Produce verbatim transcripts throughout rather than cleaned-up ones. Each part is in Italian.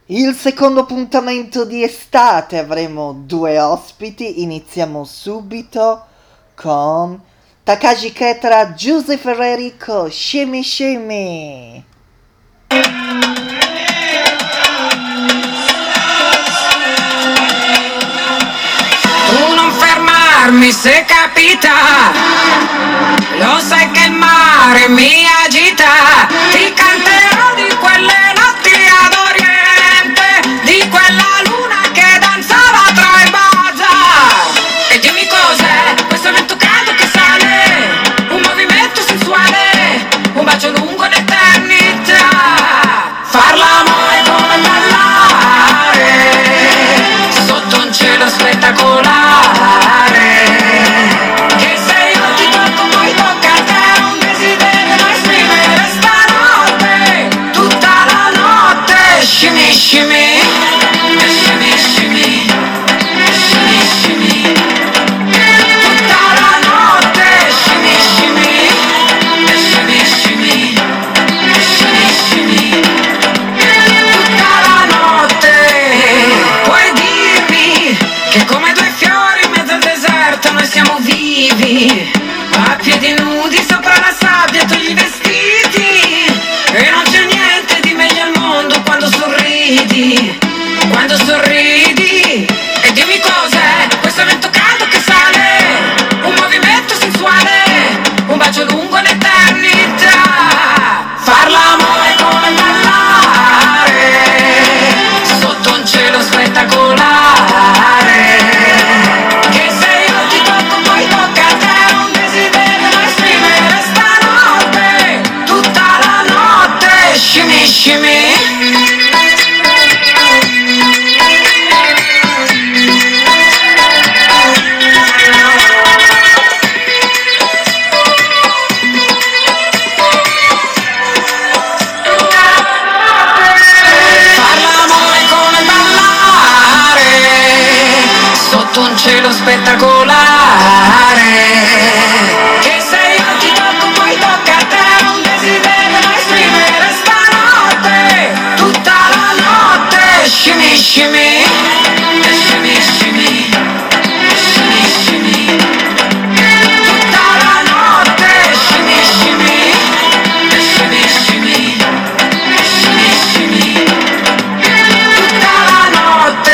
Il secondo appuntamento di estate, avremo due ospiti, iniziamo subito con Takashi Ketra, Giuse Ferreri con Shimmy Shimmy. Tu non fermarmi se capita, lo sai che il mare mi agita, ti canterò di quelle notti ad oriente, di quella luna che danzava tra i bazar. E dimmi cos'è questo vento caldo che sale, un movimento sensuale, un bacio lungo in eternità, far l'amore come ballare sotto un cielo spettacolare. Shimmy, shimmy, shimmy, shimmy, shimmy, shimmy. Tutta la notte, shimmy, shimmy, shimmy, shimmy, shimmy, shimmy. Tutta la notte. Puoi dirmi che come due fiori in mezzo al deserto noi siamo vivi, a piedi nudi sopra la sabbia, togli i vestiti e non c'è niente di meglio al mondo quando sorridi, quando sorridi. E dimmi cos'è questo vento caldo che sale, un movimento sensuale, un bacio lungo in eternità, far l'amore come ballare sotto un cielo spettacolare. Che se io ti tocco poi tocca a te, un desiderio da esprimere stanotte, tutta la notte. Shimmy, shimmy. Un cielo spettacolare. Che se io ti tocco poi tocca a te, un desiderio da esprimere stanotte, tutta la notte. Shimmy, shimmy, shimmy, shimmy, shimmy, shimmy. Tutta la notte. Shimmy, shimmy, shimmy, shimmy, shimmy, shimmy. Tutta la notte.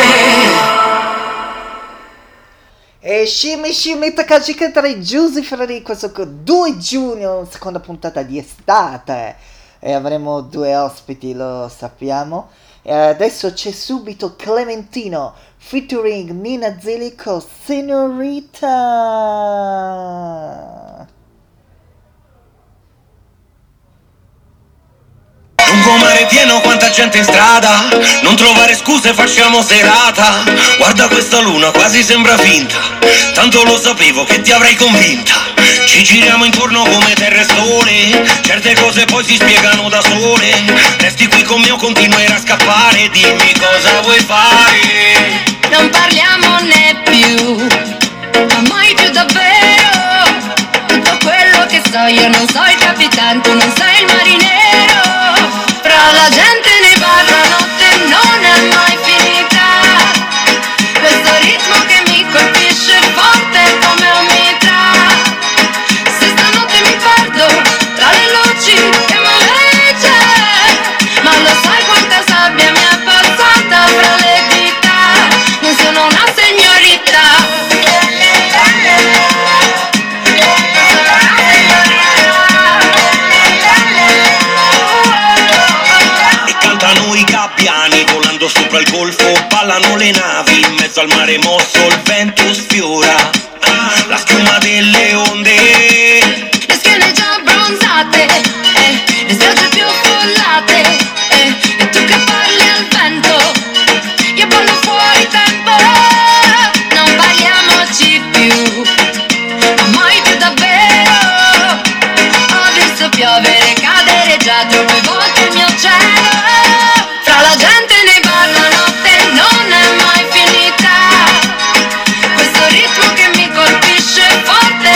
E Shimmy Shimmy Takashi Ketra e Giuse Ferreri, questo con due giugno, seconda puntata di estate. E avremo due ospiti, lo sappiamo. E adesso c'è subito Clementino featuring Nina Zilli con Senorita. Mare pieno, quanta gente in strada, non trovare scuse, facciamo serata. Guarda questa luna, quasi sembra finta, tanto lo sapevo che ti avrei convinta. Ci giriamo intorno come terra e sole, certe cose poi si spiegano da sole. Resti qui con me o continuerai a scappare, dimmi cosa vuoi fare. Non parliamone più, ma mai più davvero. Tutto quello che so io non so il capitano, tu non sei il marinero. Fra la gente ne parla, notte non è mai finita. Questo ritmo che mi colpisce forte come un mitra. Se stanotte mi perdo tra le luci che maleggia, ma lo sai quanta sabbia mi è passata fra le dita. Non sono una signorita. Sopra il golfo ballano le navi, in mezzo al mare mosso il vento sfiora la schiuma delle onde. Le schiene già abbronzate, eh, le spiagge più affollate, eh, e tu che parli al vento, io ballo fuori tempo. Non parliamoci più, ma mai più davvero. Ho visto piovere, cadere già troppe volte il mio cielo. Fra la gente ne parla, notte non è mai finita. Questo ritmo che mi colpisce forte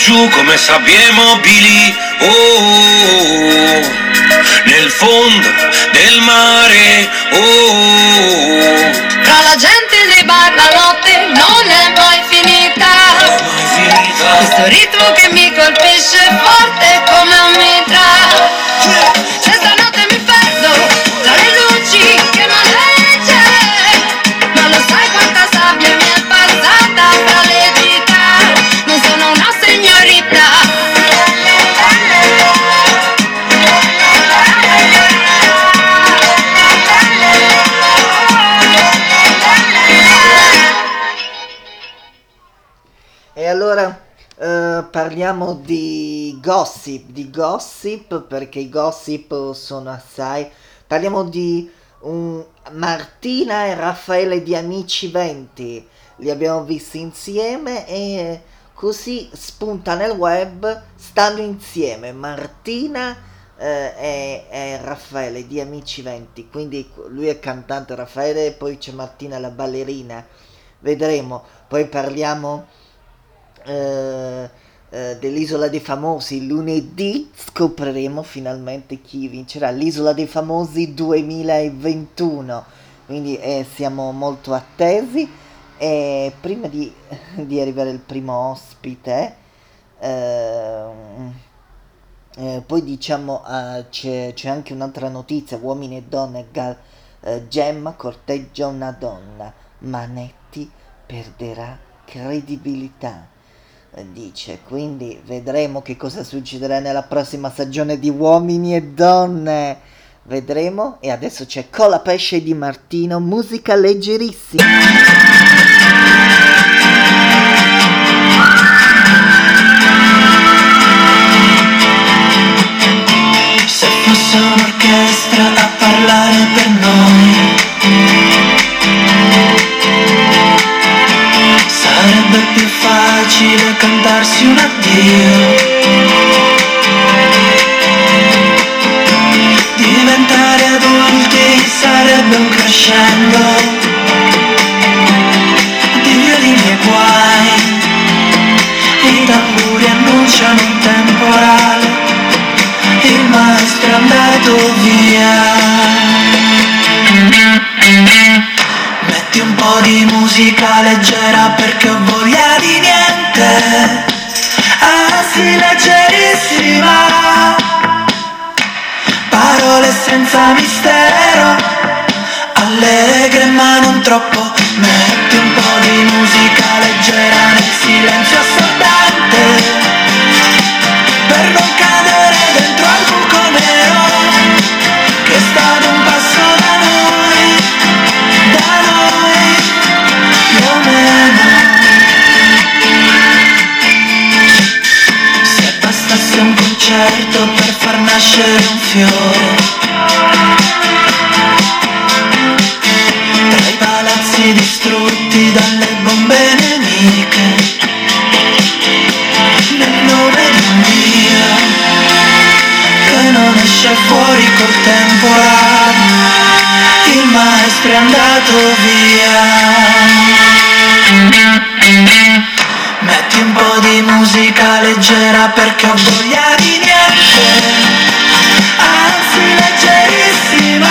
giù come sabbie mobili, oh, oh, oh, nel fondo del mare, oh, oh. Tra la gente dei bar la notte non è mai finita. Questo ritmo che mi colpisce forte come un mitra. E stanotte mi perdo tra le luci che non legge. Ma lo sai quanta sabbia mi è passata tra le dita. Non sono una signorita. E allora eh, parliamo di gossip, di gossip perché i gossip sono assai. Parliamo di un Martina e Raffaele di Amici venti, li abbiamo visti insieme e così spunta nel web, stanno insieme Martina eh, e, e Raffaele di Amici venti, quindi lui è cantante Raffaele e poi c'è Martina la ballerina, vedremo. Poi parliamo eh, eh, dell'Isola dei Famosi, lunedì scopriremo finalmente chi vincerà l'Isola dei Famosi duemilaventuno, quindi eh, siamo molto attesi. E prima di, di arrivare al primo ospite eh, eh, poi diciamo eh, c'è, c'è anche un'altra notizia: Uomini e donne, Gal, eh, Gemma corteggia una donna, Manetti perderà credibilità, eh, dice, quindi vedremo che cosa succederà nella prossima stagione di Uomini e donne, vedremo. E adesso c'è Colapesce di Martino, musica leggerissima. Se fosse un'orchestra a parlare per noi, sarebbe più facile cantarsi un addio. Diventare adulti sarebbe un crescendo di violini e guai. I tamburi annunciano un temporale, il maestro è andato via. Metti un po' di musica leggera perché ho voglia di niente. Ah sì, leggerissima, parole senza mistero, allegre ma non troppo. Metti un po' di musica leggera nel silenzio assordante, per non cadere dentro al buco nero che è stato un passo da noi, da noi, più o meno. Se bastasse un concerto per far nascere un fiore, tra i palazzi distrutti dalle bombe nemiche, nel nome di un Dio che non esce fuori col temporale, il maestro è andato via. Metti un po' di musica leggera perché ho voglia di niente, anzi leggerissima,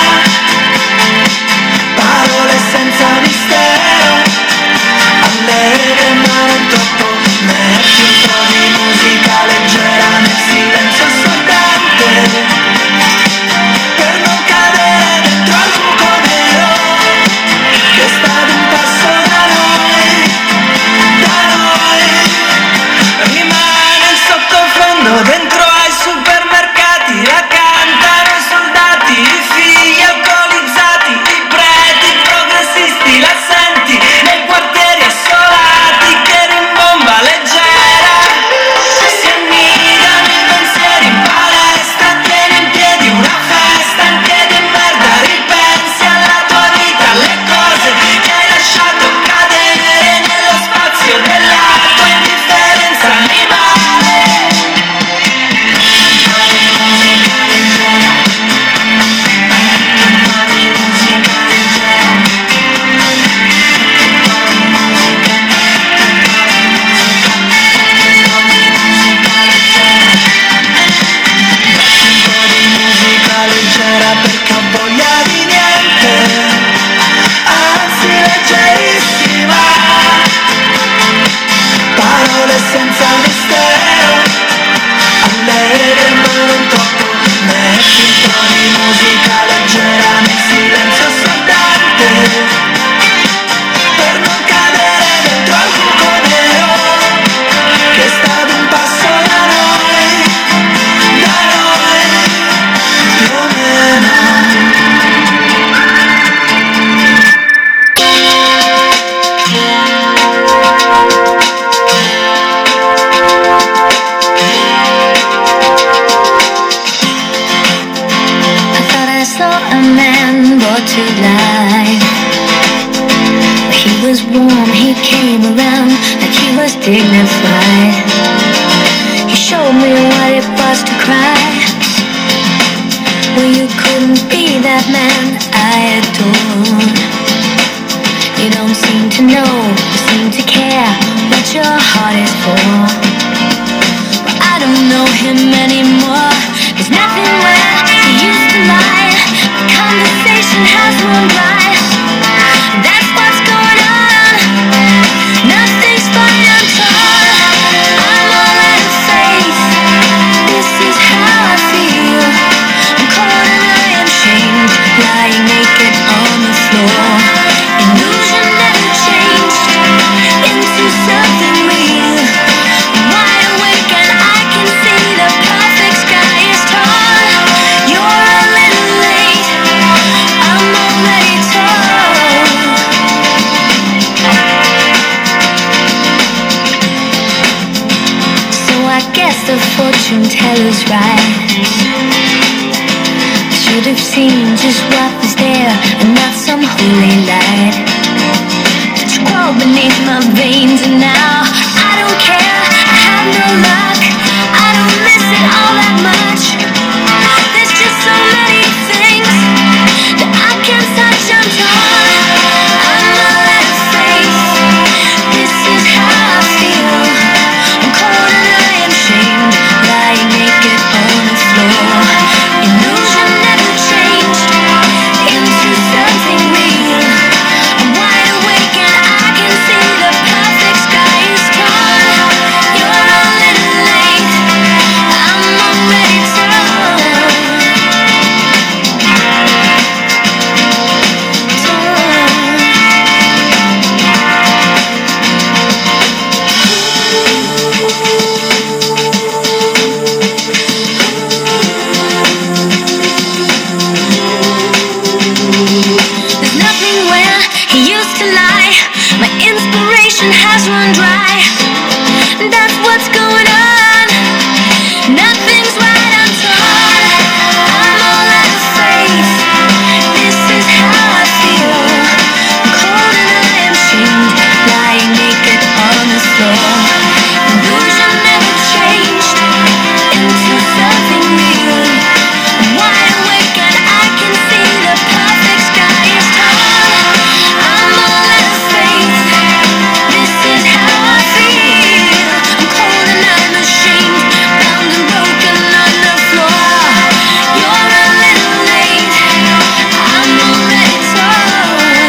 parole senza mistero, allegre ma non troppo. Metti un po' di musica leggera nel silenzio assordante, per non cadere dentro al buco nero che è stato un passo da noi, da noi. Rimane il sottofondo dentro ai super senza mistero. Allegre ma non troppo, metti un po' di musica leggera nel silenzio assordante, per non cadere dentro al buco nero che sta ad un passo da noi, da noi, più o meno. A man brought to life. He was warm, he came around like he was dignified. He showed me what it was to cry. Well, you couldn't be that man I adore. You don't seem to know, you seem to care what your heart is for. Well, I don't know him anymore. There's nothing where he used to lie. Conversation has run dry. That's what's going on. Nothing's fine, I'm torn. I'm all out of faith. This is how I feel. I'm cold and I am shamed, lying naked on the floor. Illusion never changed into something real. I'm wide awake and I can see the perfect sky is torn. You're a little late, I'm already told. So I guess the fortune teller's right. I should have seen just what was there and not some holy light. But you crawl beneath my veins and now I don't care, I have no luck. I don't miss it all that much. There's just so many things that I can't touch, I'm torn. I'm all out of faith. This is how I feel. I'm cold and I am shamed, lying naked on the floor. Illusion never changed into something real. I'm wide awake and I can see the perfect sky is torn. You're a little late, I'm already torn. There's nothing where he used to lie. My inspiration has run dry. That's what's going on. Nothing's right, I'm torn. I'm all out of faith. This is how I feel. I'm cold and I am shamed, lying naked on the floor. Illusion never changed into something real. I'm wide awake and I can see the perfect sky is torn. I'm all out of faith. This is how I feel. I'm cold and I'm ashamed, bound and broken on the floor. You're a little late, I'm already torn.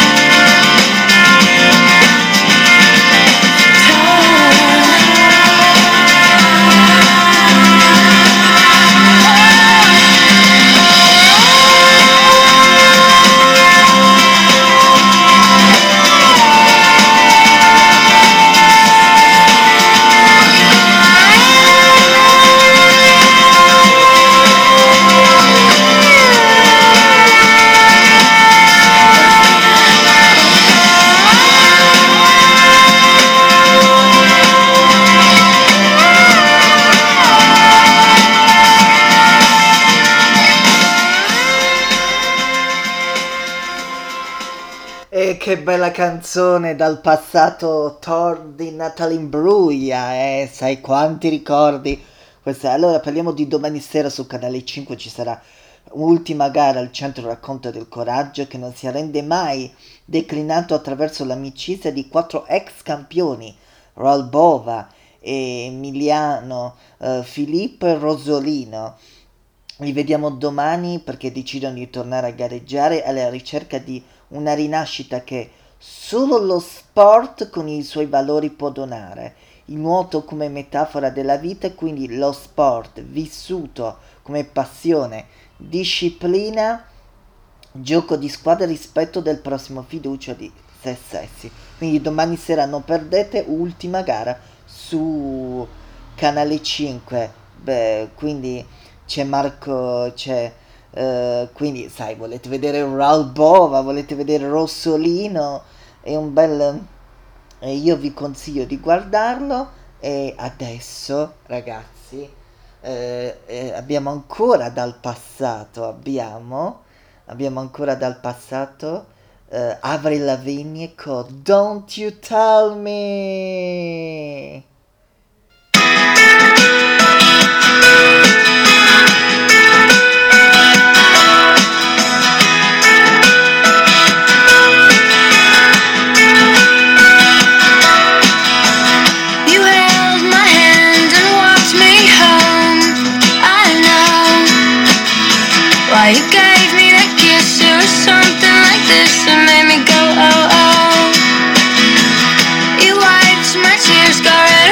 E che bella canzone dal passato, Thor di Natalie Imbruglia, eh, sai quanti ricordi. Questa... Allora parliamo di domani sera su Canale cinque, ci sarà ultima gara al Centro Racconto del Coraggio che non si arrende mai, declinato attraverso l'amicizia di quattro ex campioni, Royal Bova, e Emiliano, eh, Filippo e Rosolino. Li vediamo domani perché decidono di tornare a gareggiare alla ricerca di una rinascita che Solo lo sport con i suoi valori può donare. Il nuoto come metafora della vita, quindi lo sport vissuto come passione, disciplina, gioco di squadra, rispetto del prossimo, fiducia di se stessi. Quindi domani sera non perdete, ultima gara su Canale cinque. Beh, quindi c'è Marco, c'è eh, quindi sai, volete vedere Raul Bova, volete vedere Rossolino, è un bel, e io vi consiglio di guardarlo. E adesso ragazzi, eh, eh, abbiamo ancora dal passato, abbiamo abbiamo ancora dal passato eh, Avril Lavigne con Don't You Tell Me. You held my hand and walked me home. I know why you gave me that kiss. It was something like this that made me go oh oh. You wiped my tears, got rid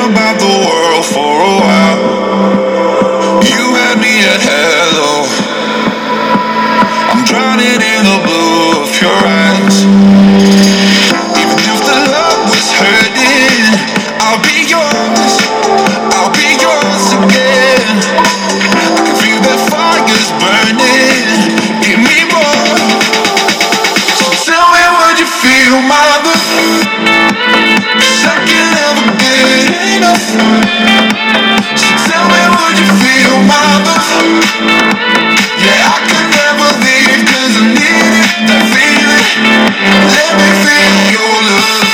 about the world for a while. You had me at hello. I'm drowning in the blue of your eyes. Even if the love was hurting, I'll be yours, I'll be yours again. I can feel the fire's burning, give me more. So tell me, would you feel my love? 'Cause I can never get enough. So tell me, would you feel my love? Yeah, I can never leave 'cause I need it, that feeling. Let me feel your love.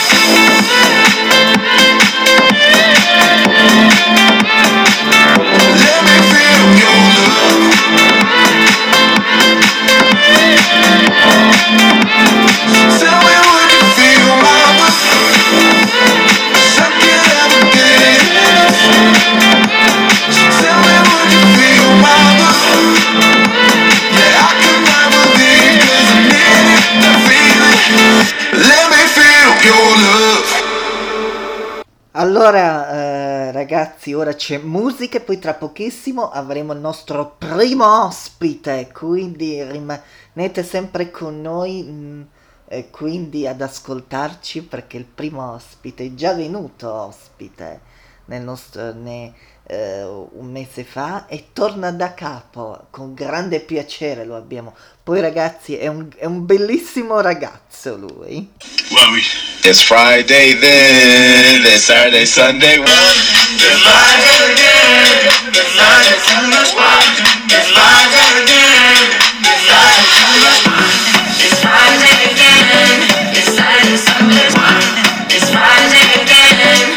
Let me feel your love. Tell me, would you feel my love? 'Cause I can't ever get enough. So tell me, would you feel my love? Yeah, I can never leave 'cause I need it, that feeling. Let me feel your love. Allora, eh, ragazzi, ora c'è musica e poi tra pochissimo avremo il nostro primo ospite, quindi rimanete sempre con noi, mh, e quindi ad ascoltarci perché il primo ospite è già venuto ospite nel nostro, ne, eh, un mese fa e torna da capo, con grande piacere lo abbiamo. Poi ragazzi, è un, è un bellissimo ragazzo lui. It's Friday then, it's Saturday, Sunday, one. It's Friday again, it's Friday, Sunday, one. It's Friday again, it's Friday, Sunday, one. It's Friday again. It's Saturday, Sunday, one. It's Friday again.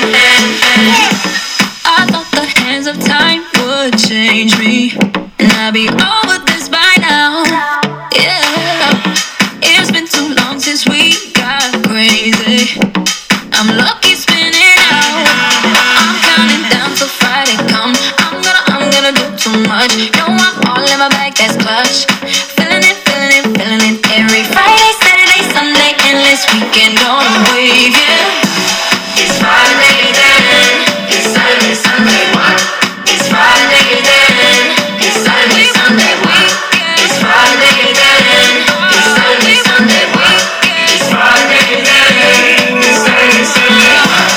I thought the hands of time would change me, and I'd be over this by now. Yeah, it's been too long since we got crazy. I'm lucky spinning out. I'm counting down till Friday come. I'm gonna, I'm gonna do too much. No, I'm all in my bag, that's clutch. Feeling it, feeling it, feeling it. Every Friday, Saturday, Sunday, endless weekend on a wave, yeah. It's Friday then. It's Saturday, Sunday, what? It's Friday then. It's Saturday, Sunday, what? It's Friday then. It's Saturday, Sunday, what? It's Friday then. It's Saturday, Sunday, what?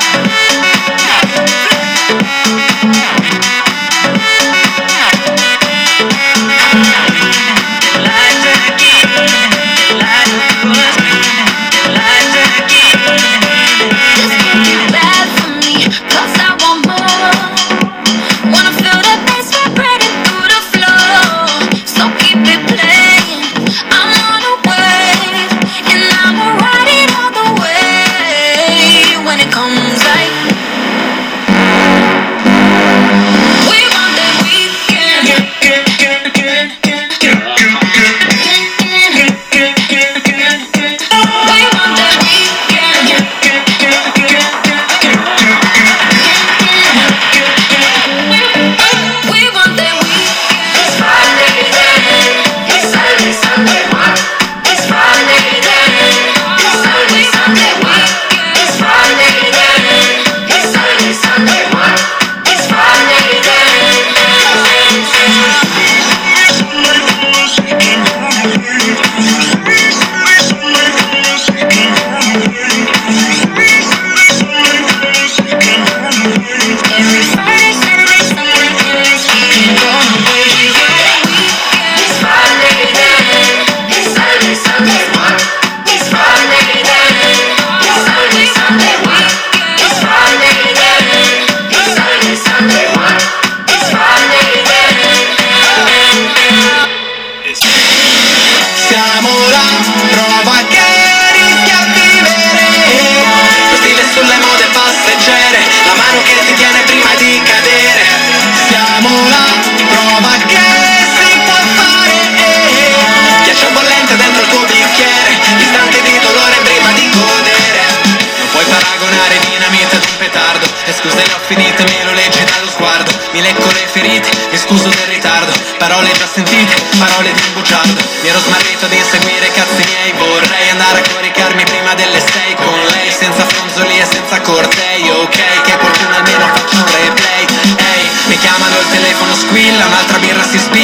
finite, me lo leggi dallo sguardo. Mi lecco le ferite, mi scuso del ritardo. Parole già sentite, parole di un bugiardo. Mi ero smarrito di inseguire i cazzi miei. Vorrei andare a coricarmi prima delle sei con lei, senza fronzoli e senza cortei, ok? Che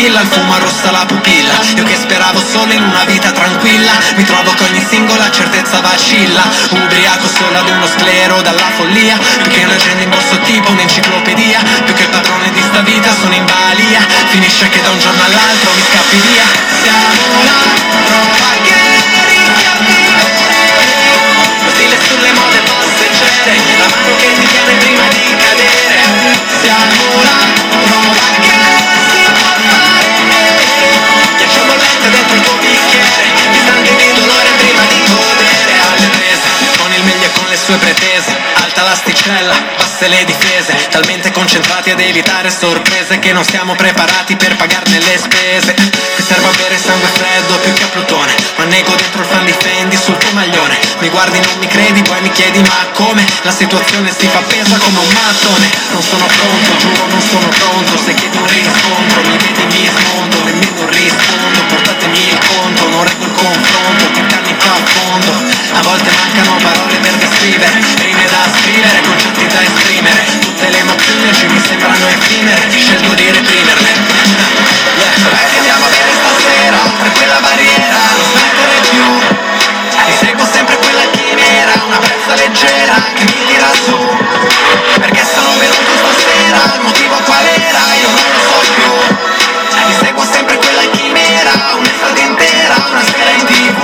scintilla, il fumo arrossa la pupilla. Io che speravo solo in una vita tranquilla, mi trovo che ogni singola certezza vacilla. Ubriaco solo ad uno sclero dalla follia, più che un'agenda in borso tipo un'enciclopedia. Più che padrone di sta vita sono in balia, finisce che da un giorno all'altro mi scappi via. Siamo la prova che rischia vivere, lo stile sulle mode passeggere, la mano che ti tiene prima di cadere. Siamo la prova che si può fare, ghiaccio bollente dentro il tuo bicchiere, istante di dolore prima di godere. Alle prese, con il meglio e con le sue pretese, alta l'asticella, basse le difese, talmente concentrati ad evitare sorprese che non siamo preparati per pagarne le spese. Qui serve avere sangue freddo più che a Plutone, ma nego dentro il fan difendi sul tuo maglione. Mi guardi, non mi credi, poi mi chiedi ma come? La situazione si fa pesa come un mattone. Non sono pronto, giuro non sono pronto, se chiedi un riscontro mi vedi mi smonto, nemmeno rispondo, portatemi il conto, non reggo il confronto, tentami qua a fondo. A volte mancano parole per descrivere, rime da scrivere, concetti da esprimere, tutte le emozioni oggi mi sembrano effimere, scelgo di reprimerle. Yeah. Vai che andiamo a bere stasera, oltre quella barriera, non smettere più. Mi seguo sempre quella chimera, una brezza leggera che mi tira su. Perché sono venuto stasera, il motivo qual era, io non lo so più. Mi seguo sempre quella chimera, un'estate intera, una sera in tv.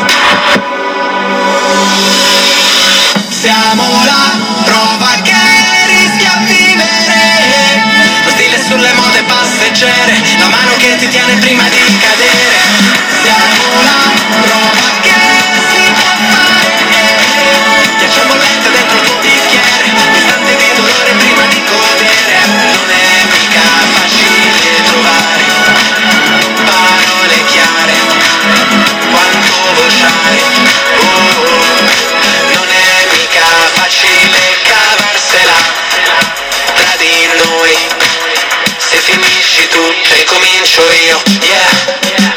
Siamo la prova che rischia vivere, lo stile sulle mode passeggere, la mano che ti tiene prima di cadere. Siamo la prova che si può fare, ghiaccio bollente dentro il tuo bicchiere, istante di dolore prima di godere. Non è mica facile trovare parole chiare quando vociare. Oh, oh. Non è mica facile cavarsela tra di noi, se finisci tu ricomincio io. Yeah.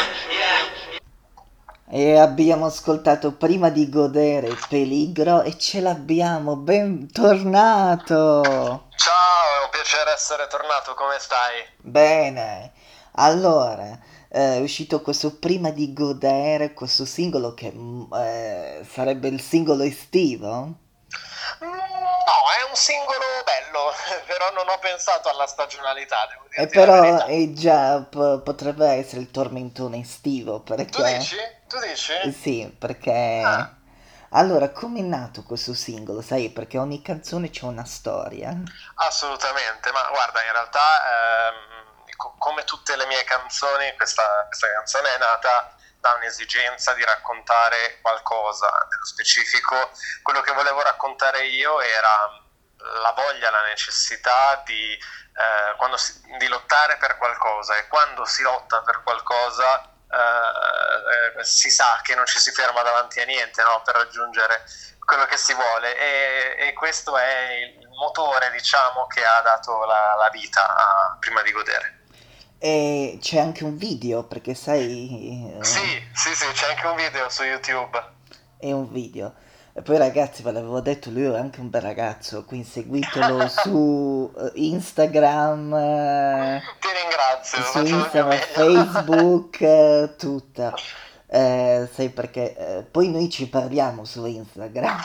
E abbiamo ascoltato Prima di godere Peligro e ce l'abbiamo, bentornato! Ciao, è un piacere essere tornato, come stai? Bene, allora, eh, è uscito questo Prima di godere, questo singolo che mm, eh, sarebbe il singolo estivo? Mm, No, è un singolo bello, però non ho pensato alla stagionalità, devo E dirti la però verità. è già, po- potrebbe essere il tormentone estivo, Tu perché... dici? Tu dici? Sì, perché... Ah. Allora, com'è nato questo singolo? Sai, perché ogni canzone c'è una storia. Assolutamente, ma guarda, in realtà, ehm, co- come tutte le mie canzoni, questa, questa canzone è nata da un'esigenza di raccontare qualcosa. Nello specifico, quello che volevo raccontare io era la voglia, la necessità di, eh, quando si- di lottare per qualcosa, e quando si lotta per qualcosa eh, eh, si sa che non ci si ferma davanti a niente, no? Per raggiungere quello che si vuole, e, e questo è il motore, diciamo, che ha dato la, la vita a Prima di godere. E c'è anche un video, perché sai... eh, Sì, sì, sì, c'è anche un video su YouTube. È un video. E poi ragazzi, ve l'avevo detto, lui è anche un bel ragazzo, quindi seguitelo su eh, Instagram, eh, Ti ringrazio, su faccio del mio Instagram, meglio. Facebook, eh, tutta. Eh, sai perché? Eh, poi noi ci parliamo su Instagram.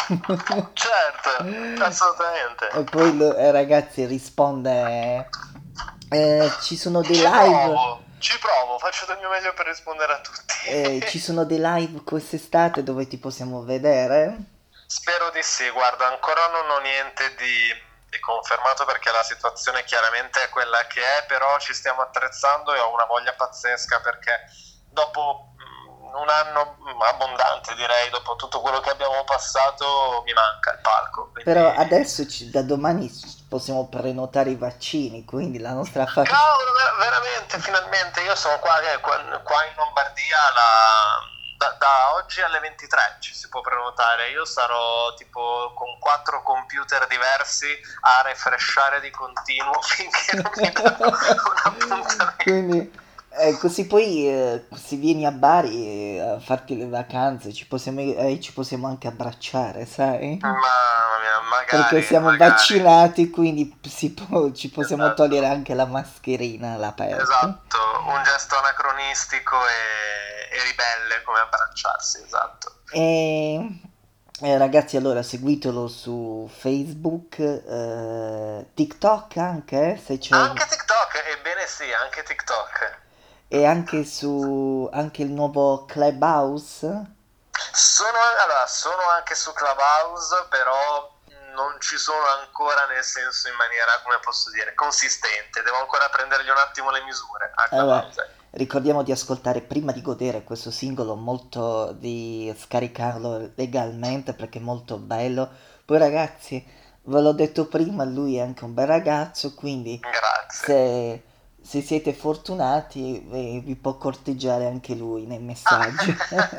Certo, assolutamente. E poi lo- eh, ragazzi risponde... eh, ci sono dei Ci live, provo, ci provo, faccio del mio meglio per rispondere a tutti. eh, ci sono dei live quest'estate dove ti possiamo vedere? Spero di sì, guarda, ancora non ho niente di, di confermato perché la situazione chiaramente è quella che è, però ci stiamo attrezzando e ho una voglia pazzesca perché dopo mm, un anno mm, abbondante, direi, dopo tutto quello che abbiamo passato, mi manca il palco. quindi- Però adesso ci- da domani ci- possiamo prenotare i vaccini, quindi la nostra fa... Cavolo, ver- veramente, finalmente, io sono qua, eh, qua, qua in Lombardia, la- da, da oggi alle ventitré ci si può prenotare, io sarò tipo con quattro computer diversi a refreshare di continuo finché non mi danno un appuntamento. Quindi Eh, così poi eh, se vieni a Bari eh, a farti le vacanze ci possiamo, eh, ci possiamo anche abbracciare, sai? Mamma mia, magari, Perché siamo magari. vaccinati, quindi si può- ci possiamo Esatto. togliere anche la mascherina all'aperto. Esatto, un gesto anacronistico e, e ribelle come abbracciarsi, esatto. E eh, ragazzi, allora seguitelo su Facebook, eh, TikTok anche, se c'è, Anche TikTok, ebbene sì, anche TikTok. e anche su anche il nuovo Clubhouse. Sono, allora, sono anche su Clubhouse, però non ci sono ancora, nel senso, in maniera, come posso dire, consistente. Devo ancora prendergli un attimo le misure a Allora, Clubhouse. ricordiamo di ascoltare prima di godere questo singolo, molto di scaricarlo legalmente perché è molto bello. Poi ragazzi, ve l'ho detto prima, lui è anche un bel ragazzo, quindi Grazie. se, se siete fortunati eh, vi può corteggiare anche lui nei messaggi.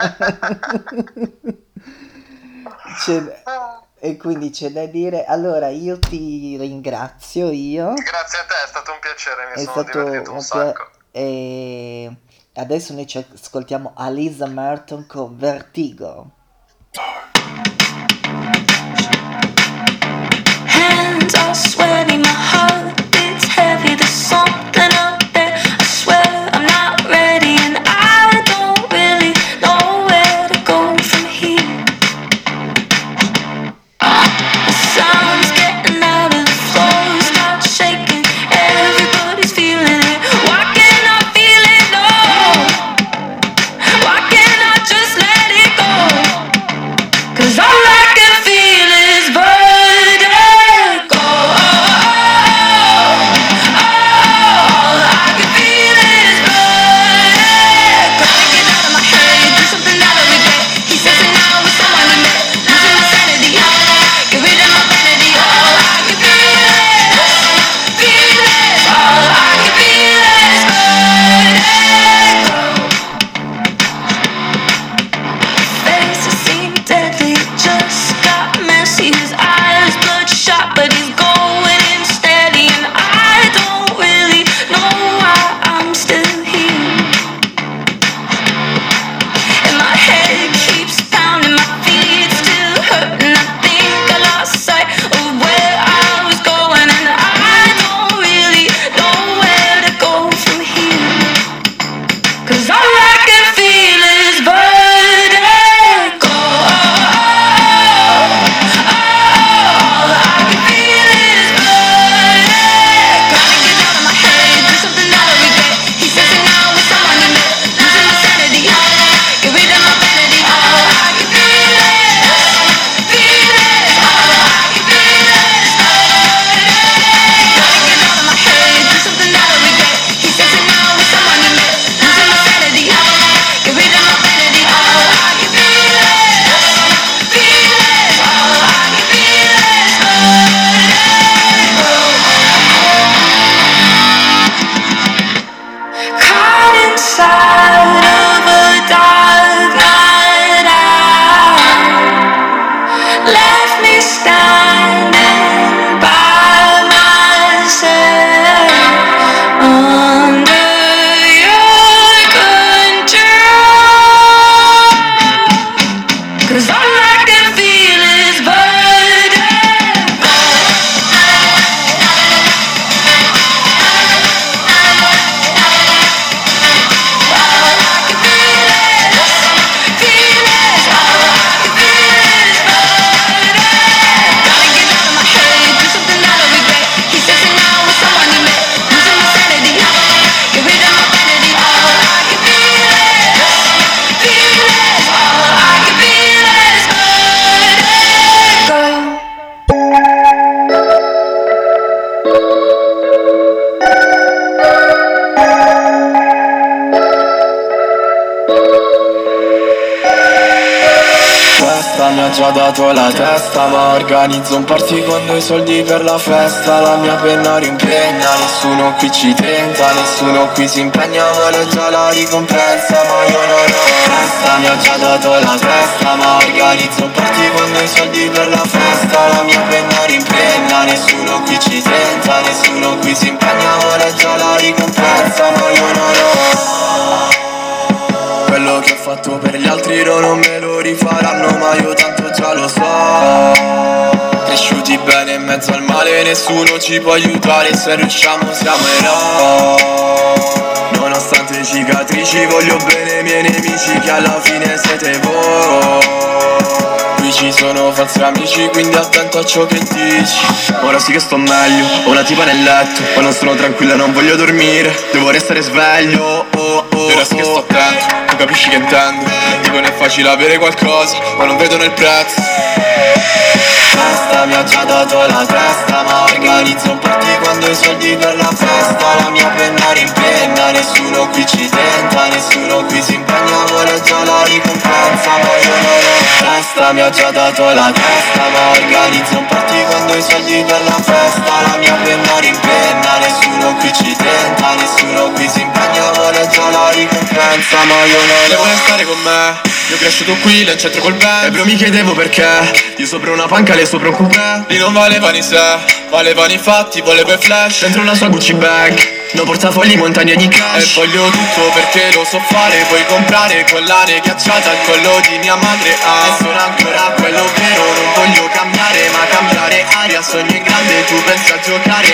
C'è- e quindi c'è da dire, allora io ti ringrazio, io. Grazie a te, è stato un piacere, mi È sono stato divertito un un pia- sacco. e adesso noi ci ascoltiamo Alisa Merton con Vertigo. Hands are sweaty, my heart beats heavy. There's something up there. I swear I'm not ready, and I don't really know where to go from here. The sound's getting out of the floor, start shaking. Everybody's feeling it. Why can't I feel it? No. Why can't I just let it go? 'Cause all I can feel is vertigo. All I can feel is vertigo. Gotta get out of my head, do something out of regret. He says it now with someone he met, losing my sanity. Get rid of my vanity. All I can feel is, feel is. All I can feel is vertigo. Faces seem deadly, just got messy. His eyes bloodshot, but he's going in steady. And I don't really know why I'm still here. And my head keeps pounding, my feet still hurt, and I think I lost sight of where I was going. And I don't really know where to go from here. 'Cause all I can feel is vertigo. All I can feel is vertigo. Gotta get out of my head, do something out of regret. He says it now with someone he met, losing my sanity. Get rid of my vanity. All I can feel is, feel is. All I can feel is vertigo. Gotta get out of my head, do something out of regret. He says it now with someone he met, losing my sanity. Get rid of my vanity. All I can feel is, feel is. All I can feel is vertigo. Caught inside of a dark night out, left me standing by myself under your control. 'Cause all I can feel is vertigo. All I can feel is, feel is. All I can feel is vertigo. Gotta get out of my head, do something out of regret. He says it now with someone he met, losing my sanity. Get rid of my vanity. All I can feel is, feel is. All I can feel is vertigo. Questa mi ha già dato la testa, ma organizzo un party con due soldi per la festa. La mia penna rimpegna, nessuno qui ci tenta, nessuno qui si impegna, vuole già la ricompensa, ma io non ho. Questa mi ha già dato la testa, ma organizzo un party con due soldi per la festa. La mia penna rimpegna, nessuno qui ci tenta, nessuno qui si impegna, vuole già la ricompensa, ma io non ho. giro non me lo rifaranno, ma io tanto già lo so. Cresciuti bene in mezzo al male, nessuno ci può aiutare, se riusciamo siamo eroi. Nonostante cicatrici voglio bene ai miei nemici, che alla fine siete voi. Qui ci sono falsi amici, quindi attento a ciò che dici. Ora sì che sto meglio, ho una tipa nel letto, ma non sono tranquilla, non voglio dormire, devo restare sveglio. Oh, oh, oh, ora sì che sto attento, tu capisci che intendo. Dico non è facile avere qualcosa, ma non vedo nel prezzo. Festa mi ha già dato la testa, ma organizzo un party quando ho i soldi per la festa. La mia penna rimpenna, nessuno qui ci tenta, nessuno qui si impegna, vuole già la ricompensa, ma io non ho. Festa mi ha già dato la testa, ma organizzo un party quando ho i soldi per la festa. La mia penna rimpenna, nessuno qui ci tenta, nessuno qui si impegna, vuole già la ricompensa, ma io non ho. Devo restare con me, io cresciuto qui, là in centro col band. E però mi chiedevo perché io sopra una panca, lei sopra un coupé. Lì non valevano i sé, valevano i fatti, volevo i flash. Dentro una sua Gucci bag, no portafogli, montagne di cash. E voglio tutto perché lo so fare, puoi comprare collane ghiacciata al collo di mia madre. Ah, e sono ancora quello vero, non voglio cambiare, ma cambiare aria. Sogno in grande, tu pensi a giocare,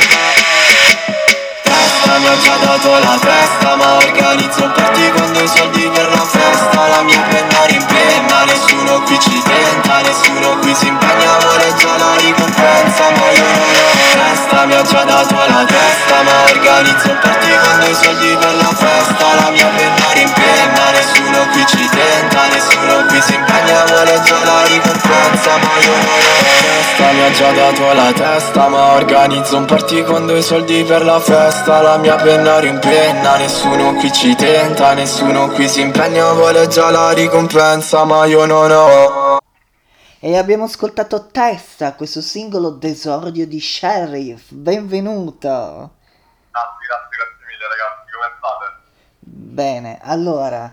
ma festa mi ha già dato la testa, ma organizzo un party quando ho i soldi per la festa. La mia penna rimpenna, nessuno qui ci tenta, nessuno qui si impegna, vuole già la ricompensa, ma io non ho. Festa mi ha già dato la testa, ma organizzo un party quando ho i soldi per la festa. La mia penna rimpenna, nessuno qui ci tenta, nessuno qui si impegna, vuole già la ricompensa, ma io non ho. Festa mi ha già dato la testa, ma organizzo un party quando ho i soldi per la festa. La mia penna rimpenna, nessuno qui ci tenta, nessuno qui si impegna, vuole già la ricompensa, ma io non ho. E abbiamo ascoltato Testa, questo singolo d'esordio di Sheriff. Benvenuto. Grazie, grazie, grazie mille ragazzi, come state? Bene, allora,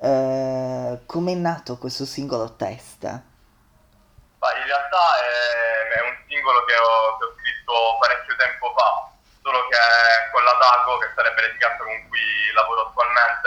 eh, com'è nato questo singolo Testa? Ma in realtà è, è un singolo che ho, che ho scritto parecchio tempo fa, solo che con la Dago, che sarebbe l'etichetta con cui lavoro attualmente,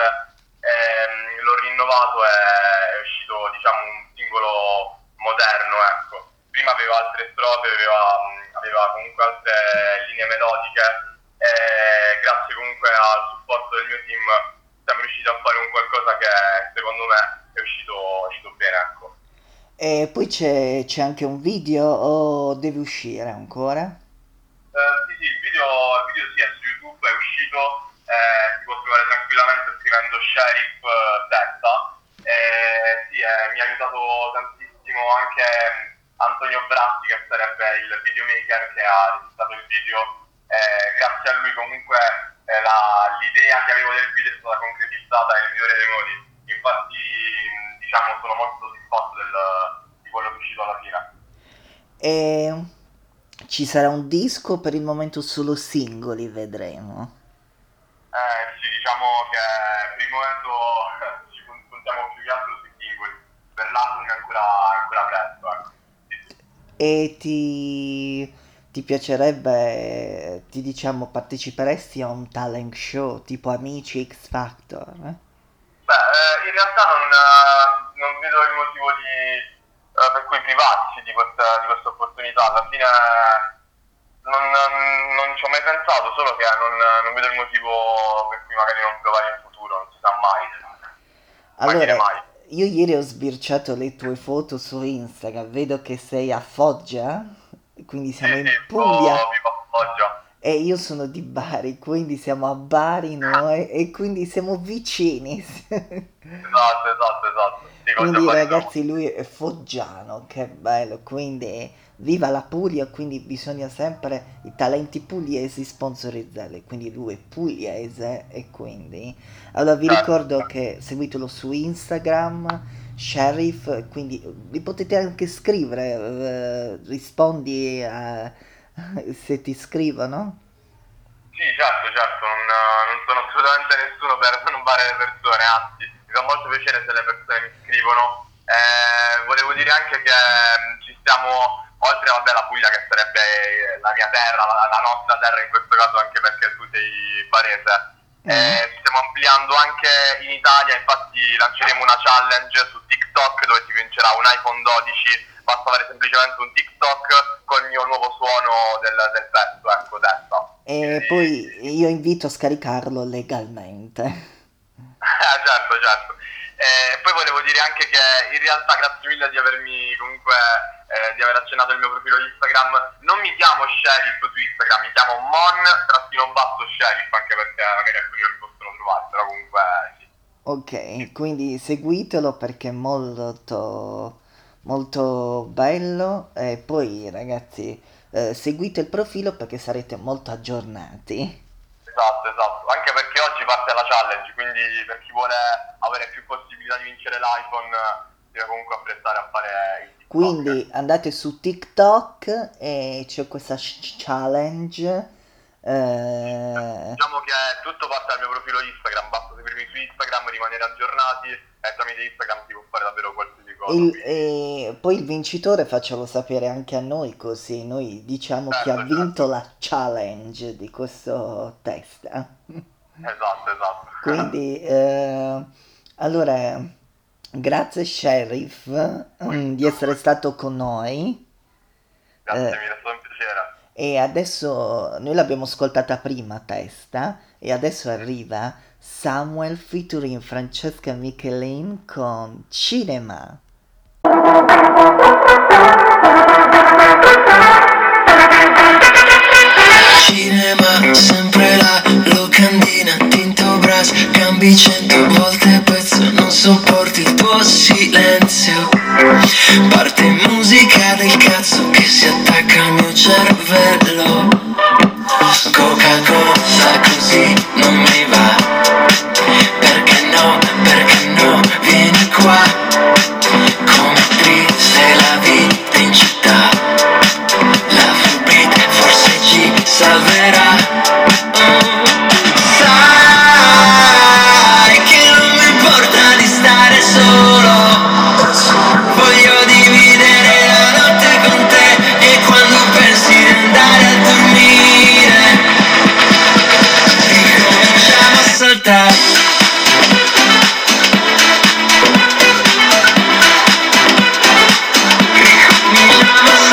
ehm, l'ho rinnovato e è uscito, diciamo, un singolo moderno, ecco. Prima aveva altre strofe, aveva, aveva comunque altre linee melodiche e grazie comunque al supporto del mio team siamo riusciti a fare un qualcosa che secondo me è uscito, è uscito bene, ecco. E poi c'è, c'è anche un video o deve uscire ancora? Eh, sì, sì, il video, il video sì, è su YouTube, è uscito, eh, si può trovare tranquillamente scrivendo Sheriff eh, Testa. Eh, sì, eh, mi ha aiutato tantissimo anche Antonio Bratti, che sarebbe il videomaker che ha registrato il video. Eh, grazie a lui comunque eh, la, l'idea che avevo del video è stata concretizzata nel migliore dei modi. Infatti, diciamo, sono molto soddisfatto del, di quello che è uscito alla fine. E ci sarà un disco, per il momento solo singoli, vedremo. Eh sì, diciamo che per il momento ci puntiamo più che altro sui singoli, per l'album è ancora, ancora presto, ecco. Sì, sì. E ti, ti piacerebbe, ti diciamo, parteciperesti a un talent show tipo Amici X Factor? Eh? Beh, eh, in realtà non, eh, non vedo il motivo di, eh, per cui privarsi di questa, di questa opportunità. Alla fine non, non, non ci ho mai pensato, solo che non, non vedo il motivo per cui magari non provare in futuro, non si sa mai. Mai dire Allora, mai. io ieri ho sbirciato le tue foto su Instagram, vedo che sei a Foggia, quindi siamo Sì, in sì, Puglia. sto vivo a Foggia. E io sono di Bari, quindi siamo a Bari noi e quindi siamo vicini. Esatto, esatto, esatto. Sì, Foggia Quindi Bari ragazzi lui è foggiano, che bello, quindi viva la Puglia, quindi bisogna sempre i talenti pugliesi sponsorizzarli, quindi lui è pugliese e quindi... Allora vi Certo. ricordo che seguitelo su Instagram, Sheriff, quindi vi potete anche scrivere, eh, rispondi a... se ti scrivono. Sì, certo, certo, non, non sono assolutamente nessuno per rubare le persone, anzi, mi fa molto piacere se le persone mi scrivono. Eh, volevo dire anche che mh, ci stiamo, oltre vabbè la Puglia che sarebbe la mia terra, la, la nostra terra in questo caso anche perché tu sei barese, Eh, stiamo ampliando anche in Italia, infatti lanceremo una challenge su TikTok dove si vincerà un iPhone dodici, basta fare semplicemente un TikTok con il mio nuovo suono del, del pezzo, ecco, testa. E poi io invito a scaricarlo legalmente. Eh, certo, certo. E poi volevo dire anche che in realtà grazie mille di avermi comunque eh, di aver accennato il mio profilo Instagram. Non mi chiamo Sheriff su Instagram, mi chiamo Mon trattino basso Sheriff, anche perché magari alcuni non mi possono trovare, però comunque sì. Ok, quindi seguitelo perché è molto molto bello e poi ragazzi eh, seguite il profilo perché sarete molto aggiornati. Esatto, esatto, anche perché oggi parte la challenge, quindi per chi vuole avere più possibilità di vincere l'iPhone deve comunque apprezzare a fare il TikTok. Quindi andate su TikTok e c'è questa sh- challenge. eh, Diciamo che tutto parte dal mio profilo Instagram, basta seguirmi su Instagram, rimanere aggiornati e tramite Instagram si può fare davvero qualsiasi cosa. il- quindi- e poi il vincitore facciamo sapere anche a noi così noi diciamo chi ha Certo, vinto la challenge di questo test. Esatto, esatto. Quindi eh, allora grazie Sheriff mm, di essere stato con noi. Grazie eh, mille, è stato un piacere. E adesso noi l'abbiamo ascoltata prima testa e adesso arriva Samuel featuring Francesca Michelin con Cinema. Cinema, sempre là, locandina, tinto brass, cambi cento volte pezzo, non sopporti il tuo silenzio. Parte musica del cazzo che si attacca al mio cervello. Coca-Cola così non mi va. Perché no, perché no, vieni qua. Com'è triste la vita in città. La full beat forse ci salverà. Mm. Sai che non mi importa di stare solo. Voglio dividere la notte con te. E quando pensi di andare a dormire ricominciamo a saltare. Ricominciamo a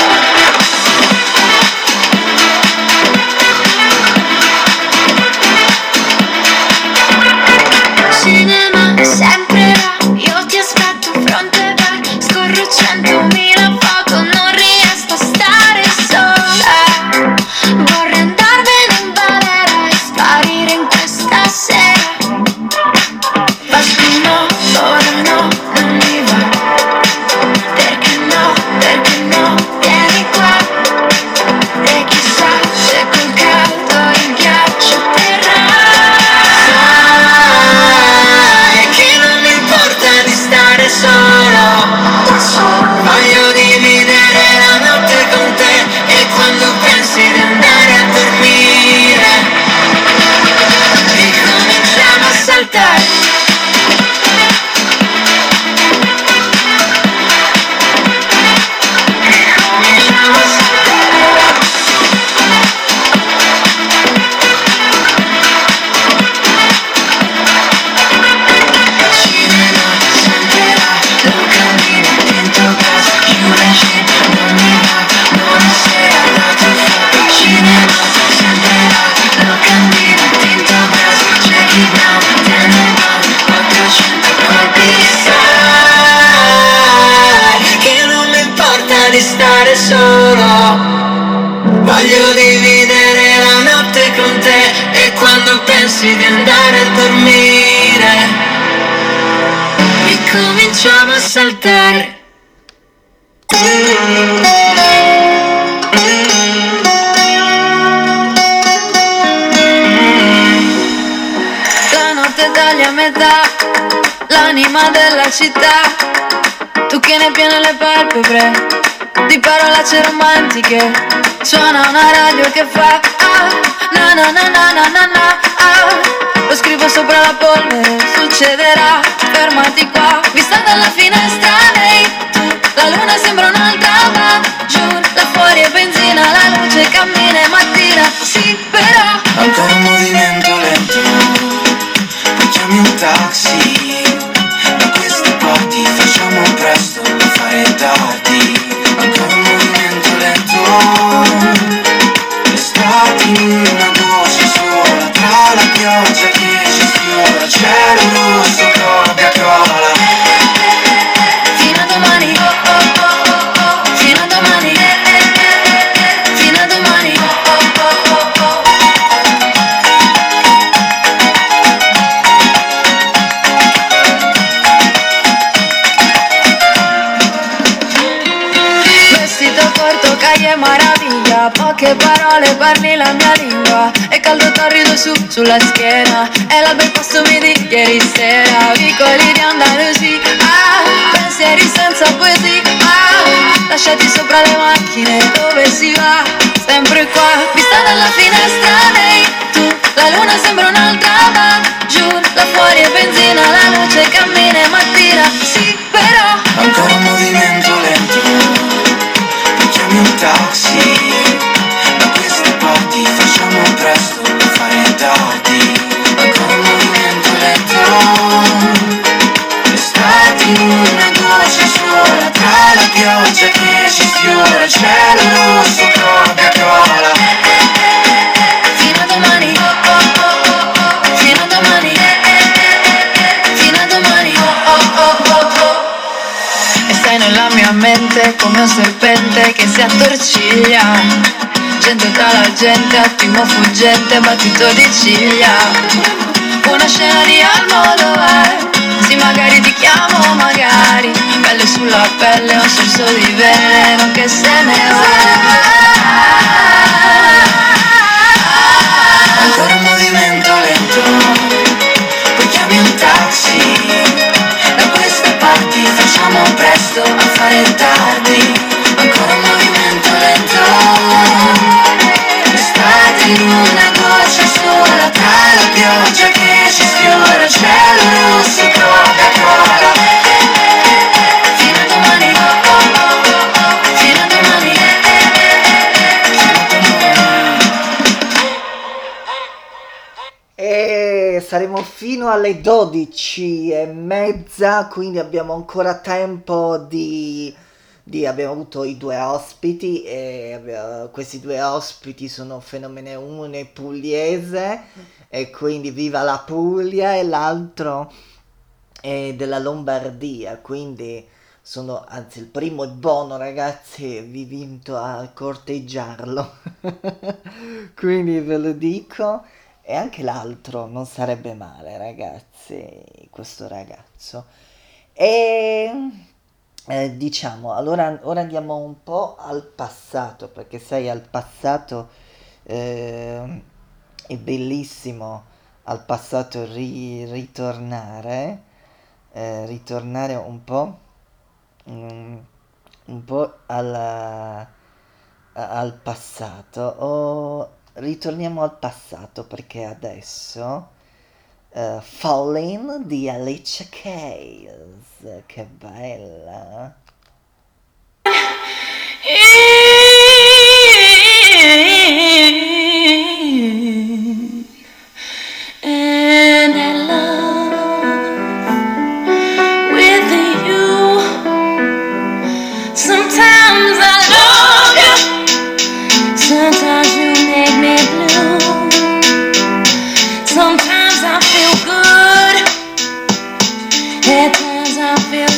Cinema, sempre là, io ti aspetto fronte bar. Scorro centomila foto, non riesco a stare sola. Vorrei andarmene in balera e sparire in questa sera. Basta no, ora no, non mi va. Perché no, perché no, vieni qua. E chissà se col caldo il ghiaccio terrà. Sai che non mi importa di stare solo. Voglio dividere la notte con te. E quando pensi di andare a dormire ricominciamo a saltare. Ricominciamo a saltare. Cinema, sempre là, locandina, tinto gas, chiude in gin, non mi va, non è sera da tuffare. Cinema, sempre là, locandina, tinto gas, check it down, ten and one, quattrocento colpi. Sai che non mi importa di stare solo. Voglio dividere la notte con te. E quando pensi di andare a dormire ricominciamo a saltare. La notte taglia a metà, l'anima della città. Tu che ne piene le palpebre di parolacce romantiche. Suona una radio che fa ah, na na na na na na na ah. Lo scrivo sopra la polvere, succederà, fermati qua. Vista dalla finestra, ehi tu, la luna sembra un'altra va giù. Là fuori è benzina, la luce cammina e mattina. Sì, però Ancora un movimento lento. parole parli la mia lingua. E caldo torrido su, sulla schiena. E l'alba il passo mi di ieri sera. Vicoli di Andalusia, ah, pensieri senza poesia, ah, lasciati sopra le macchine, dove si va? Sempre qua, vista dalla finestra, lei, tu, la luna sembra un'altra va, giù, là fuori è benzina, la luce cammina e mattina, sì, però ancora un movimento lento, poi chiami un taxi, da queste parti facciamo presto a fare tardi. Ancora un movimento lento, l'estate in una goccia sola, tra la pioggia che ci sfiora, il cielo rosso, Coca-Cola. fino a domani, oh oh oh oh oh, fino a domani, fino a domani, oh oh oh oh oh. E sei nella mia mente come un serpente che si attorciglia. Gente tra la gente, attimo fuggente, battito di ciglia. Una scena di Almodovar, sì magari ti chiamo, magari. Pelle sulla pelle, un sorso di veleno che se ne va. Ancora un movimento lento, poi chiami un taxi, da queste parti facciamo presto a fare tardi. Ancora un movimento lento, l'estate in una goccia sola, tra la pioggia che ci sfiora, il cielo rosso, Coca-Cola. Fino a domani, oh oh oh oh oh, fino a domani, E saremo fino alle dodici e mezza, quindi abbiamo ancora tempo di, di abbiamo avuto i due ospiti e abbiamo- questi due ospiti sono fenomene, uno è pugliese e quindi viva la Puglia e l'altro è della Lombardia, quindi sono, anzi il primo è buono ragazzi, vi invito a corteggiarlo, quindi ve lo dico. E anche l'altro non sarebbe male, ragazzi, questo ragazzo. E eh, diciamo, allora ora andiamo un po' al passato, perché sai, al passato eh, è bellissimo al passato ri- ritornare, eh, ritornare un po', mm, un po' alla- a- al passato. O ritorniamo al passato perché adesso eh, Falling di Alicia Keys, che bella. and in love with you. Sometimes I love you, sometimes you make me blue. Sometimes I feel good, at times I feel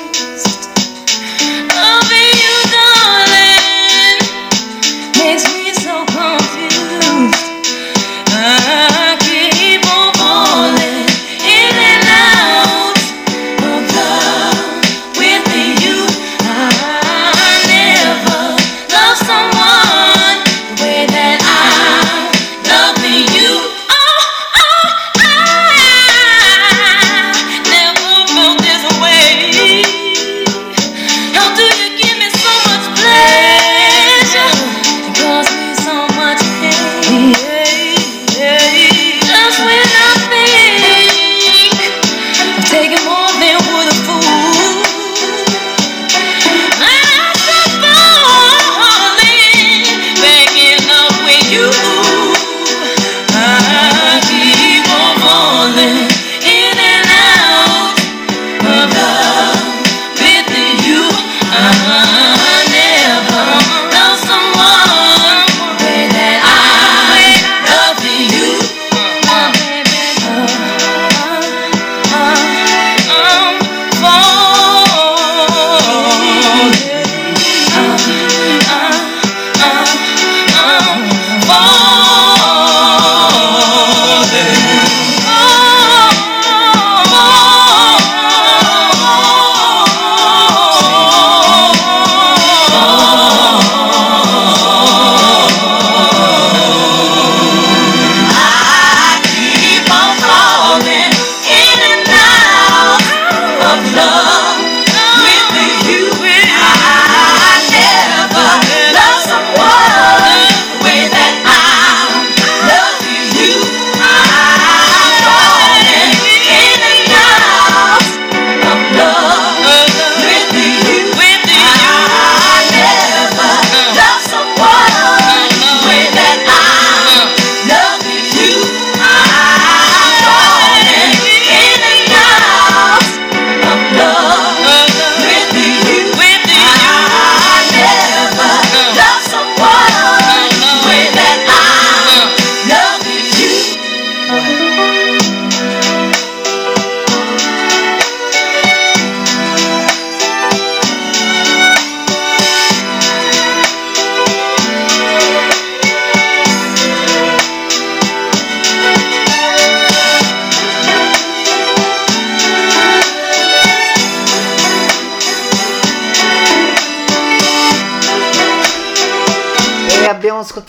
used. Loving you, darling, makes me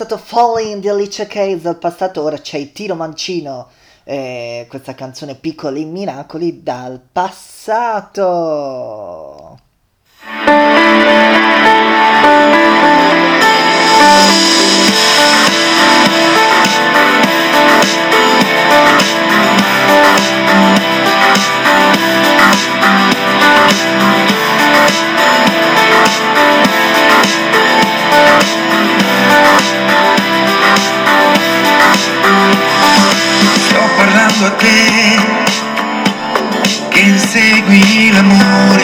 ascoltato Falling di Alicia Keys dal passato, ora c'è il Tiro Mancino, eh, questa canzone Piccoli Miracoli dal passato. Sto parlando a te che insegui l'amore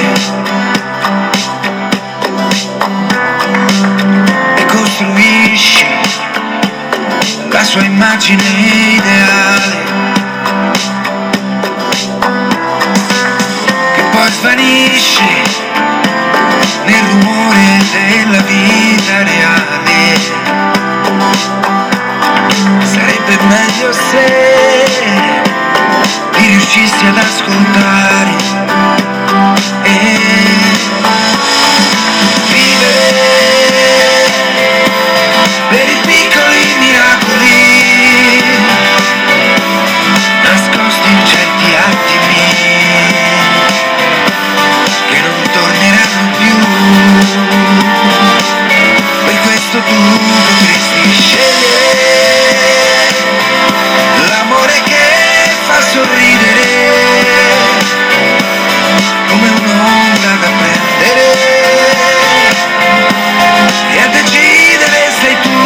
e costruisci la sua immagine ideale, che poi svanisce nel rumore della vita reale. Sarebbe meglio se ti riuscissi ad ascoltare e vivere per i piccoli miracoli nascosti in certi attimi che non torneranno più. Per questo tu potresti scegliere l'amore che fa sorridere come un'onda da prendere, e a decidere sei tu.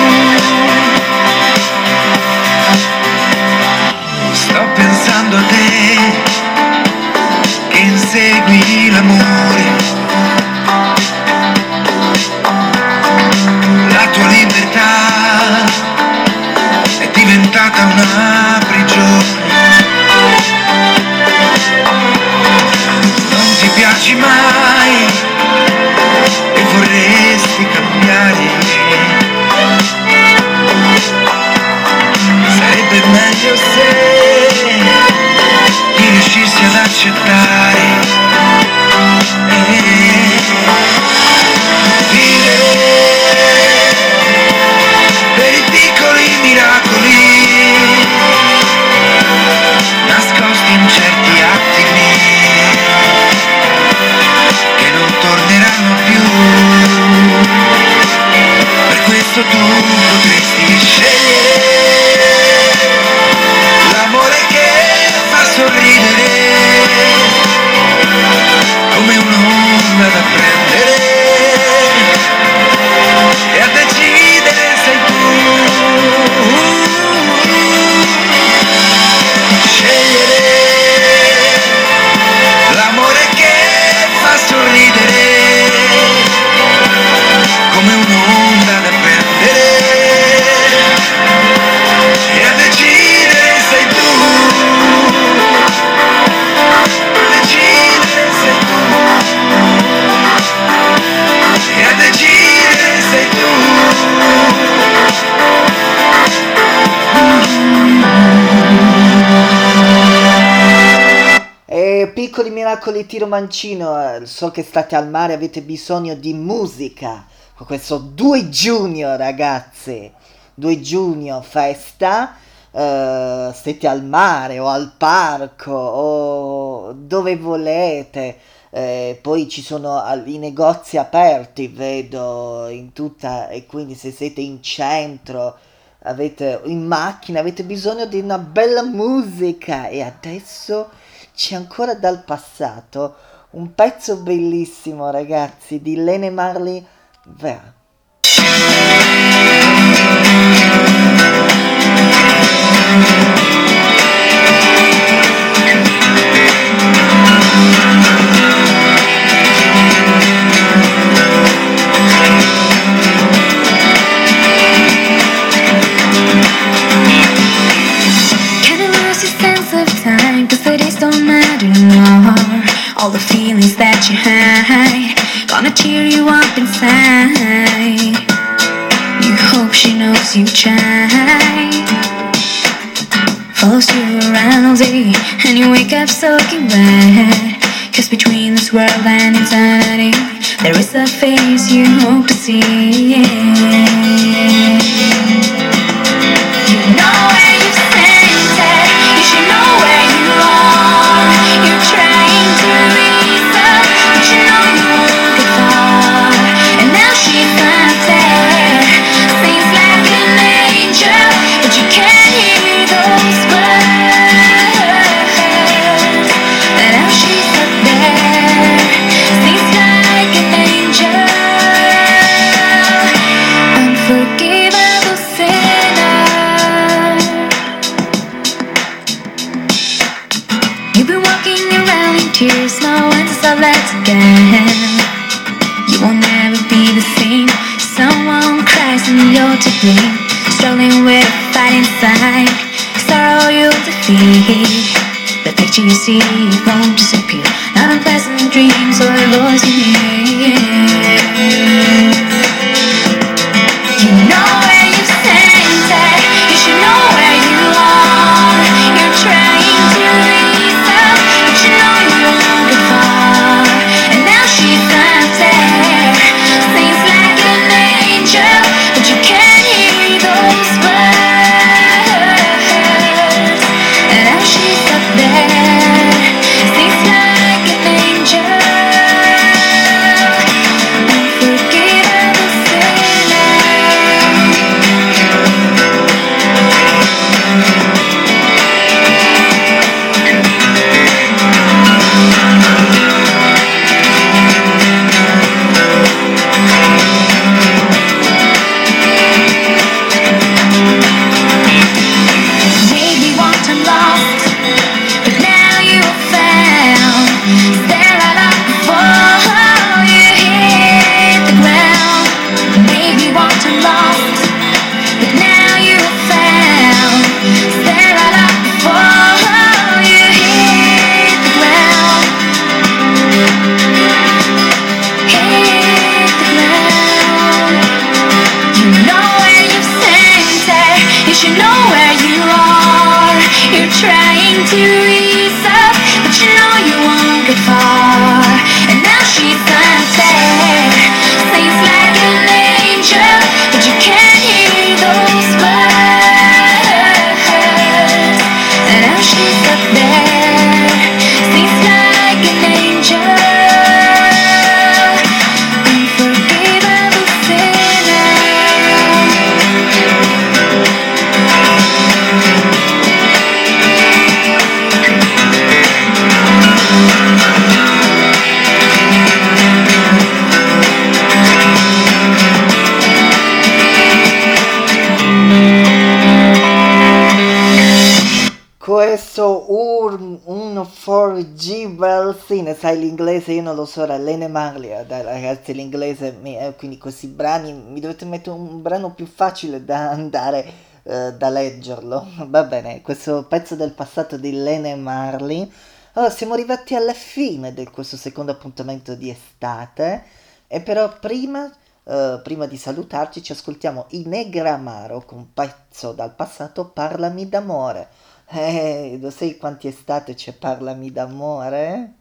Sto pensando a te che insegui l'amore, la tua libertà è diventata una prigione. Non ti piaci mai e vorresti cambiare. Sarebbe meglio se ti riuscissi ad accettare e vivere per i piccoli miracoli nascosti in certi attimi che non torneranno più. Per questo tu potresti scegliere l'amore che fa sorridere come un'onda da prendere, e a decidere sei tu. Scegliere l'amore che fa sorridere come un'onda da prendere, e a decidere sei tu. A decidere sei tu. E a decidere sei tu. E piccoli miracoli Tiro Mancino, eh, so che state al mare, avete bisogno di musica. Con questo due giugno, ragazzi, due giugno festa, eh, siete al mare o al parco o dove volete. Eh, poi ci sono al- i negozi aperti, vedo in tutta, e quindi se siete in centro, avete in macchina, avete bisogno di una bella musica. E adesso c'è ancora dal passato un pezzo bellissimo, ragazzi, di Lene Marley. Va. Can I lose your sense of time? Cause the days don't matter anymore. All the feelings that you hide gonna cheer you up inside. You hope she knows you tried. Follows you around all day and you wake up soaking wet. Cause between this world and eternity there is a face you hope to see. tears know when to stop let's again. You will never be the same. Someone cries and you're to blame. Struggling with a fight inside. Sorrow you'll defeat. The picture you see won't disappear. Not unpleasant dreams or a voice in your ear. You know where you've sent it. You should know where you are. You're trying to ease up, but you know you won't get far. And now she's not there. Sings like an angel, but you can't hear those words. And now she's up there. Sings like an angel. Unforgettable sinner. Maybe one time lost, but now you are found. Stare right up before you hit the ground. Maybe one time lost, but now you are found. Stare right up before you hit the ground. Hit the ground. You know where you've sent it. You should know where you are. You're trying to ease up, but you know you won't get far. And now she's not there. Sings like an angel, but you can't hear those words. And now she's up there. Sings like an angel. Unforgivable sinner. Questo un, un forgivable sin, sai l'inglese io non lo so, era Lene Marley, dai ragazzi l'inglese, mi, eh, quindi questi brani, mi dovete mettere un brano più facile da andare, eh, da leggerlo, va bene, questo pezzo del passato di Lene Marley. Allora siamo arrivati alla fine di questo secondo appuntamento di estate, e però prima, eh, prima di salutarci ci ascoltiamo i Negramaro con un pezzo dal passato, Parlami d'amore. Eh, lo sai quanti estate c'è Parlami d'amore?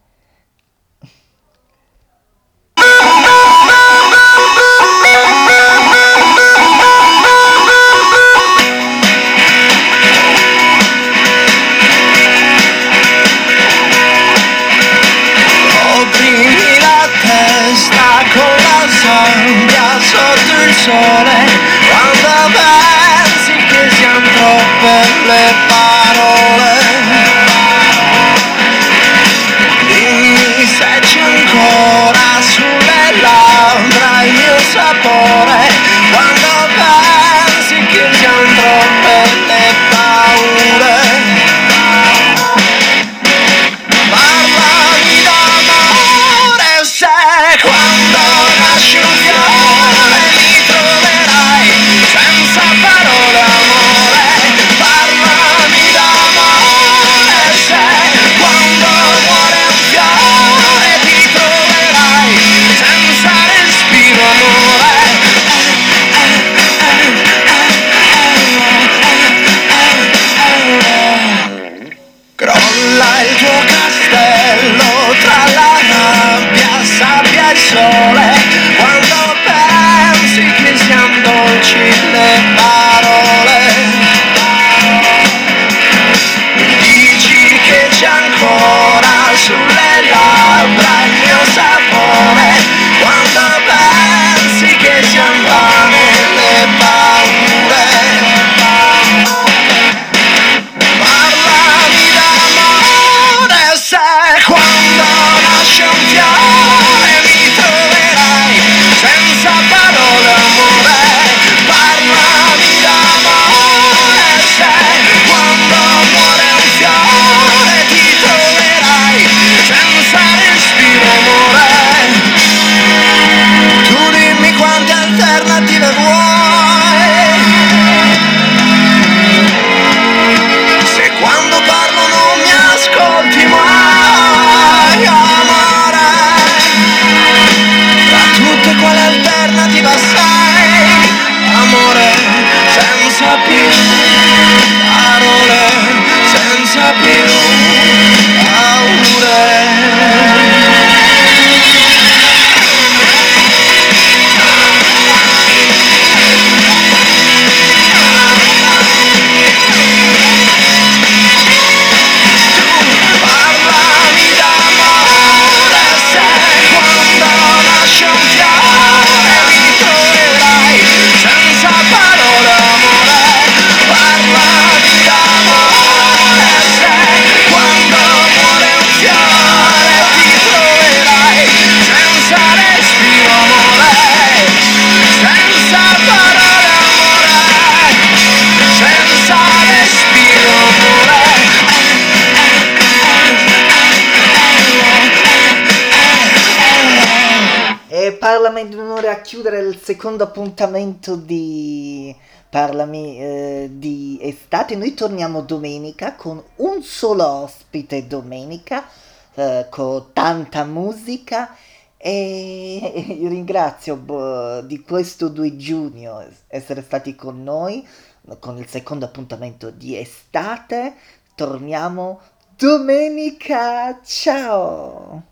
Opprimi la testa con la sabbia sotto il sole, quando pensi che siano troppe le parole. Dimmi se c'è ancora sulle labbra il mio sapore, quando pensi che siano troppe le paure. Parlami d'amore, se quando nasce un fiore mi troverai parlami d'onore a chiudere il secondo appuntamento di Parlami eh, di estate. Noi torniamo domenica con un solo ospite domenica, eh, con tanta musica e io ringrazio boh, di questo due giugno essere stati con noi con il secondo appuntamento di estate. Torniamo domenica, ciao!